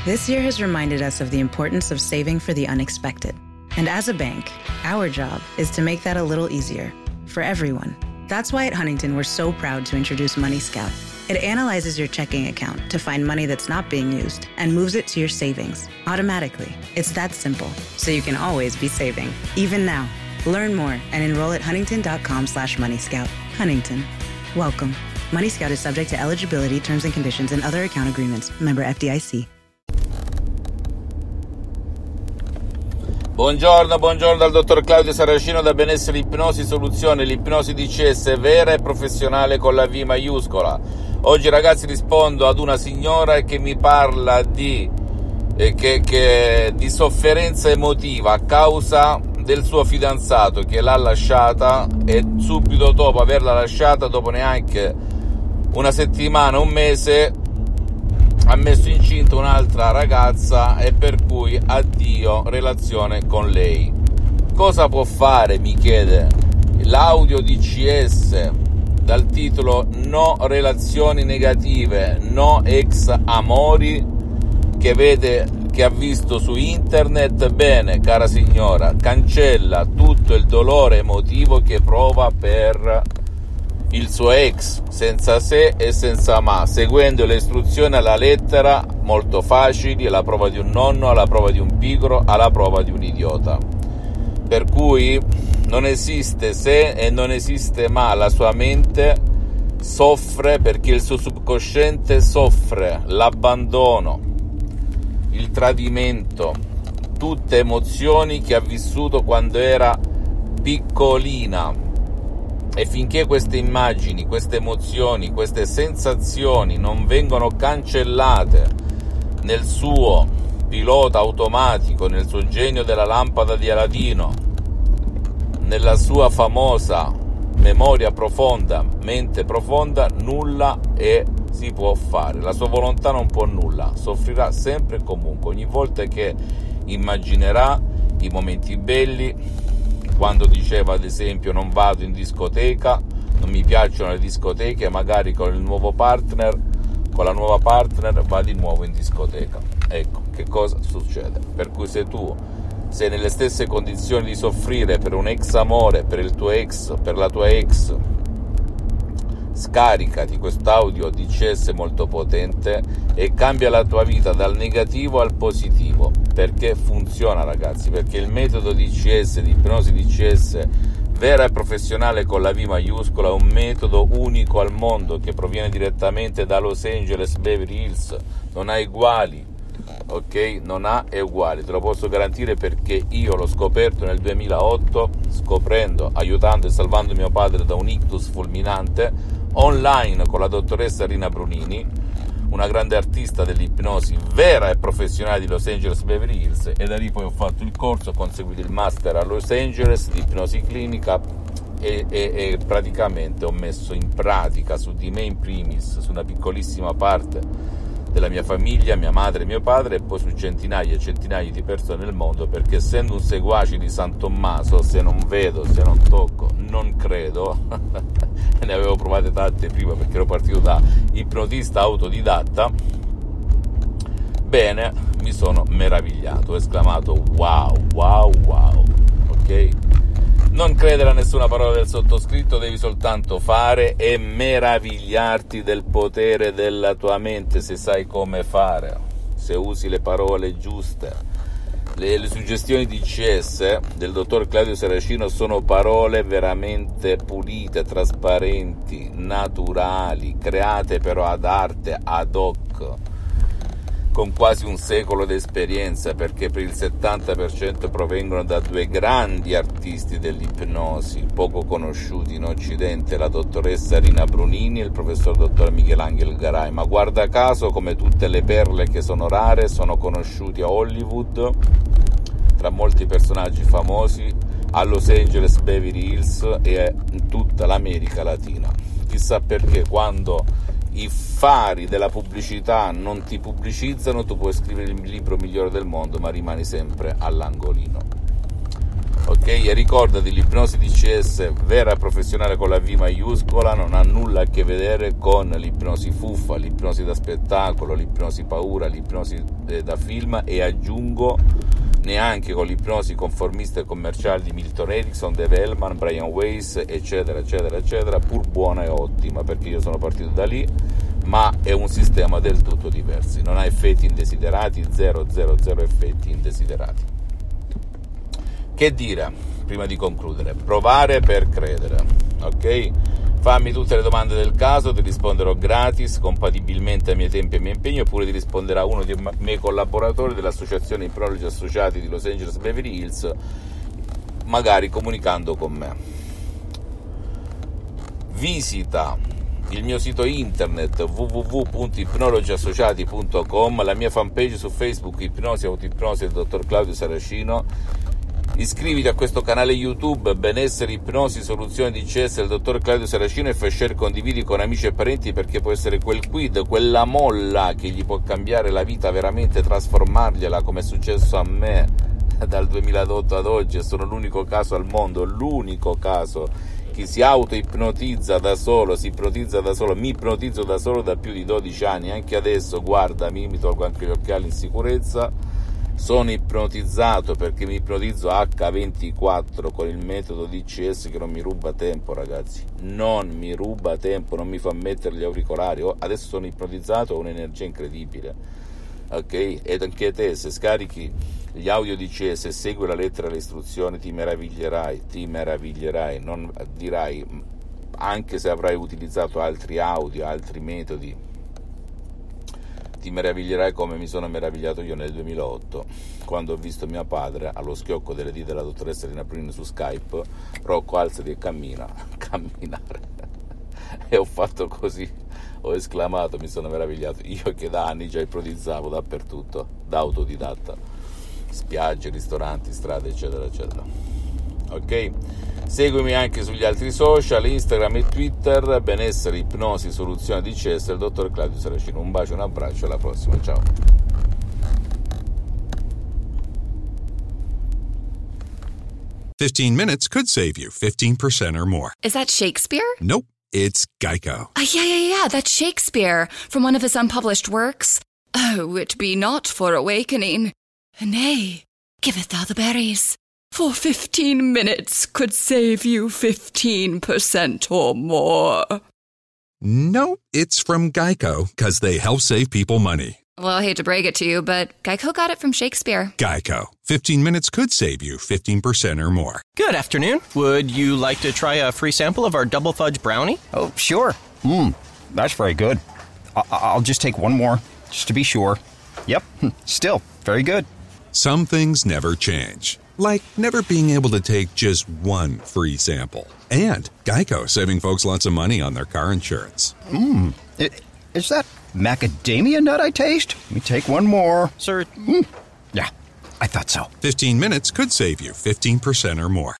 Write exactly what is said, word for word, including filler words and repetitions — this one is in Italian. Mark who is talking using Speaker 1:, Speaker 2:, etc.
Speaker 1: This year has reminded us of the importance of saving for the unexpected. And as a bank, our job is to make that a little easier for everyone. That's why at Huntington, we're so proud to introduce Money Scout. It analyzes your checking account to find money that's not being used and moves it to your savings automatically. It's that simple, so you can always be saving, even now. Learn more and enroll at huntington.com slash Money Scout. Huntington. Welcome. Money Scout is subject to eligibility, terms and conditions, and other account agreements. Member F D I C.
Speaker 2: Buongiorno, buongiorno dal dottor Claudio Saracino da Benessere Ipnosi Soluzione, l'ipnosi D C S vera e professionale con la V maiuscola. Oggi ragazzi rispondo ad una signora che mi parla di, eh, che, che, di sofferenza emotiva a causa del suo fidanzato che l'ha lasciata e subito dopo averla lasciata, dopo neanche una settimana, un mese, ha messo incinta un'altra ragazza e per cui addio relazione con lei. Cosa può fare? Mi chiede l'audio D C S dal titolo No relazioni negative, no ex amori, che vede, che ha visto su internet. Bene, cara signora, cancella tutto il dolore emotivo che prova per il suo ex, senza se e senza ma, seguendo le istruzioni alla lettera, molto facili, alla prova di un nonno, alla prova di un pigro, alla prova di un idiota. Per cui non esiste se e non esiste ma, la sua mente soffre perché il suo subconsciente soffre l'abbandono, il tradimento, tutte emozioni che ha vissuto quando era piccolina. E finché queste immagini, queste emozioni, queste sensazioni non vengono cancellate nel suo pilota automatico, nel suo genio della lampada di Aladino, nella sua famosa memoria profonda, mente profonda, nulla e si può fare. La sua volontà non può nulla, soffrirà sempre e comunque. Ogni volta che immaginerà i momenti belli, quando diceva ad esempio non vado in discoteca, non mi piacciono le discoteche, magari con il nuovo partner, con la nuova partner va di nuovo in discoteca. Ecco, che cosa succede? Per cui se tu sei nelle stesse condizioni di soffrire per un ex amore, per il tuo ex, per la tua ex, scaricati quest'audio D C S molto potente e cambia la tua vita dal negativo al positivo, perché funziona ragazzi, perché il metodo D C S, di ipnosi D C S vera e professionale con la V maiuscola, è un metodo unico al mondo che proviene direttamente da Los Angeles, Beverly Hills, non ha uguali, ok? Non ha uguali, te lo posso garantire perché io l'ho scoperto nel duemilaotto, scoprendo, aiutando e salvando mio padre da un ictus fulminante, online con la dottoressa Rina Brunini, una grande artista dell'ipnosi vera e professionale di Los Angeles Beverly Hills, e da lì poi ho fatto il corso, ho conseguito il master a Los Angeles di ipnosi clinica e, e, e praticamente ho messo in pratica su di me in primis, su una piccolissima parte della mia famiglia, mia madre e mio padre, e poi su centinaia e centinaia di persone nel mondo, perché essendo un seguace di San Tommaso, se non vedo, se non tocco, non credo, ne avevo provate tante prima perché ero partito da ipnotista autodidatta, bene, mi sono meravigliato, ho esclamato wow, wow, wow, ok? Non credere a nessuna parola del sottoscritto, devi soltanto fare e meravigliarti del potere della tua mente se sai come fare, se usi le parole giuste. Le, le suggestioni D C S del dottor Claudio Saracino sono parole veramente pulite, trasparenti, naturali, create però ad arte, ad hoc, con quasi un secolo di esperienza, perché per il settanta per cento provengono da due grandi artisti dell'ipnosi, poco conosciuti in Occidente, la dottoressa Rina Brunini e il professor dottor Michelangelo Garai, ma guarda caso come tutte le perle che sono rare sono conosciuti a Hollywood, tra molti personaggi famosi, a Los Angeles, Beverly Hills e in tutta l'America Latina. Chissà perché quando i fari della pubblicità non ti pubblicizzano, tu puoi scrivere il libro migliore del mondo ma rimani sempre all'angolino. ok? E ricordati, l'ipnosi D C S vera e professionale con la V maiuscola non ha nulla a che vedere con l'ipnosi fuffa, l'ipnosi da spettacolo, l'ipnosi paura, l'ipnosi da film, e aggiungo neanche con l'ipnosi conformista e commerciale di Milton Erickson, Dave Hellman, Brian Weiss, eccetera eccetera eccetera, pur buona e ottima, perché io sono partito da lì, ma è un sistema del tutto diverso, non ha effetti indesiderati, zero zero zero effetti indesiderati. Che dire, prima di concludere? Provare per credere, ok? Fammi tutte le domande del caso, ti risponderò gratis, compatibilmente ai miei tempi e ai miei impegni, oppure ti risponderà uno dei miei collaboratori dell'associazione Ipnologi Associati di Los Angeles Beverly Hills, magari comunicando con me. Visita il mio sito internet w w w punto ipnologi associati punto com, la mia fanpage su Facebook Ipnosi Autoipnosi del dottor Claudio Saracino. Iscriviti a questo canale YouTube Benessere Ipnosi Soluzione D C S del dottor Claudio Saracino e fai share, condividi con amici e parenti, perché può essere quel quid, quella molla che gli può cambiare la vita, veramente trasformargliela, come è successo a me dal duemilaotto ad oggi. E sono l'unico caso al mondo, l'unico caso che si auto-ipnotizza da solo, si ipnotizza da solo, mi ipnotizzo da solo da più di dodici anni, anche adesso, guardami, mi tolgo anche gli occhiali in sicurezza. Sono ipnotizzato perché mi ipnotizzo acca ventiquattro con il metodo D C S, che non mi ruba tempo, ragazzi, non mi ruba tempo, non mi fa mettere gli auricolari. Oh, adesso sono ipnotizzato, ho un'energia incredibile, ok? Ed anche te, se scarichi gli audio D C S e segui la lettera alle istruzioni, ti meraviglierai, ti meraviglierai, non dirai, anche se avrai utilizzato altri audio, altri metodi, ti meraviglierai come mi sono meravigliato io nel duemilaotto, quando ho visto mio padre allo schiocco delle dita della dottoressa Rina Prunin su Skype: Rocco, alzati e cammina, camminare. E ho fatto così, ho esclamato, mi sono meravigliato, io che da anni già ipnotizzavo dappertutto, da autodidatta, spiagge, ristoranti, strade, eccetera eccetera, ok? Seguimi anche sugli altri social, Instagram e Twitter, Benessere Ipnosi Soluzione D C S del dottor Claudio Saracino. Un bacio, un abbraccio, alla prossima, ciao.
Speaker 3: fifteen minutes could save you fifteen percent or more.
Speaker 4: Is that Shakespeare?
Speaker 3: Nope, it's Geico.
Speaker 4: Uh, yeah, yeah, yeah, that's Shakespeare from one of his unpublished works. Oh, it be not for awakening. Nay, giveth thou the berries. For fifteen minutes could save you fifteen percent or more.
Speaker 3: Nope, it's from Geico, because they help save people money.
Speaker 4: Well, I hate to break it to you, but Geico got it from Shakespeare.
Speaker 3: Geico. fifteen minutes could save you fifteen percent or more.
Speaker 5: Good afternoon. Would you like to try a free sample of our double fudge brownie?
Speaker 6: Oh, sure. Mmm, that's very good. I- I'll just take one more, just to be sure. Yep, still very good.
Speaker 3: Some things never change, like never being able to take just one free sample. And Geico saving folks lots of money on their car insurance.
Speaker 6: Mmm, is that macadamia nut I taste? Let me take one more.
Speaker 5: Sir?
Speaker 6: Mm. Yeah, I thought so.
Speaker 3: fifteen minutes could save you fifteen percent or more.